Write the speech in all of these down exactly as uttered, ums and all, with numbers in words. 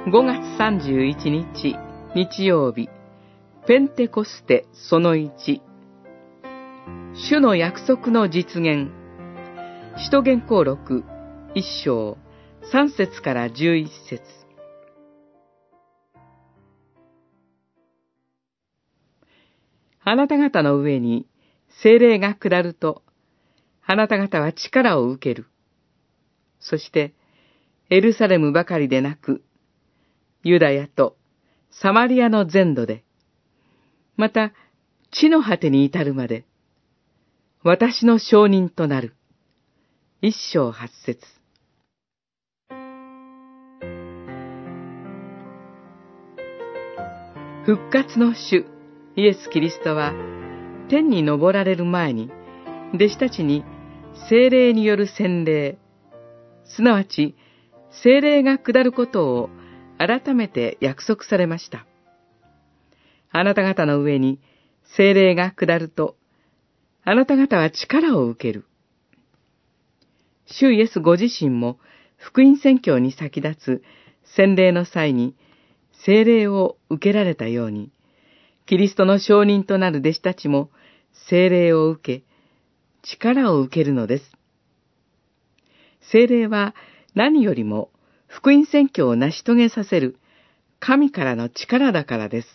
ごがつさんじゅういちにち日曜日、ペンテコステそのいち、主の約束の実現。使徒言行録一章三節から十一節。あなた方の上に聖霊が下ると、あなた方は力を受ける。そして、エルサレムばかりでなく、ユダヤとサマリアの全土で、また地の果てに至るまで、私の証人となる。一章八節。復活の主、イエス・キリストは、天に昇られる前に、弟子たちに聖霊による洗礼、すなわち聖霊が下ることを改めて約束されました。あなた方の上に聖霊が下ると、あなた方は力を受ける。主イエスご自身も福音宣教に先立つ洗礼の際に聖霊を受けられたように、キリストの証人となる弟子たちも聖霊を受け、力を受けるのです。聖霊は何よりも福音宣教を成し遂げさせる神からの力だからです。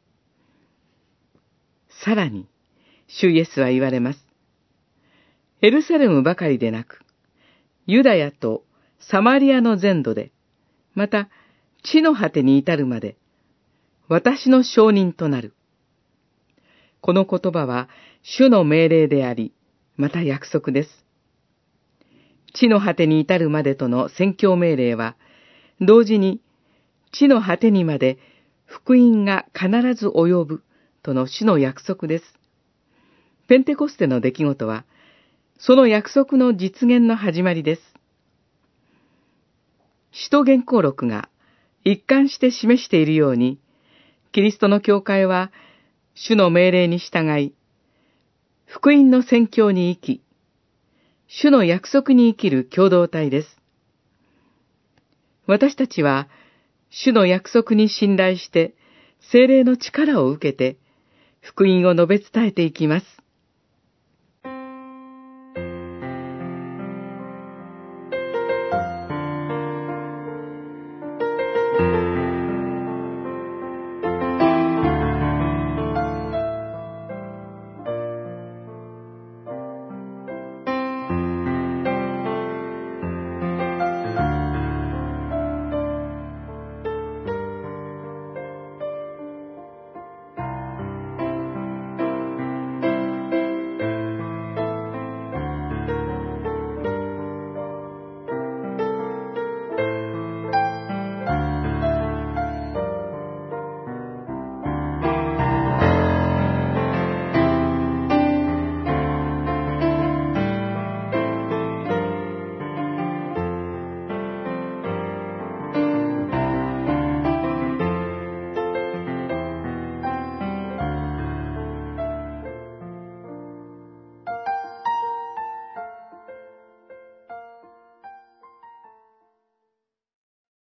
さらに、主イエスは言われます。エルサレムばかりでなく、ユダヤとサマリアの全土で、また地の果てに至るまで、私の証人となる。この言葉は主の命令であり、また約束です。地の果てに至るまでとの宣教命令は、同時に地の果てにまで福音が必ず及ぶとの主の約束です。ペンテコステの出来事は、その約束の実現の始まりです。使徒言行録が一貫して示しているように、キリストの教会は主の命令に従い、福音の宣教に生き、主の約束に生きる共同体です。私たちは、主の約束に信頼して、聖霊の力を受けて、福音を述べ伝えていきます。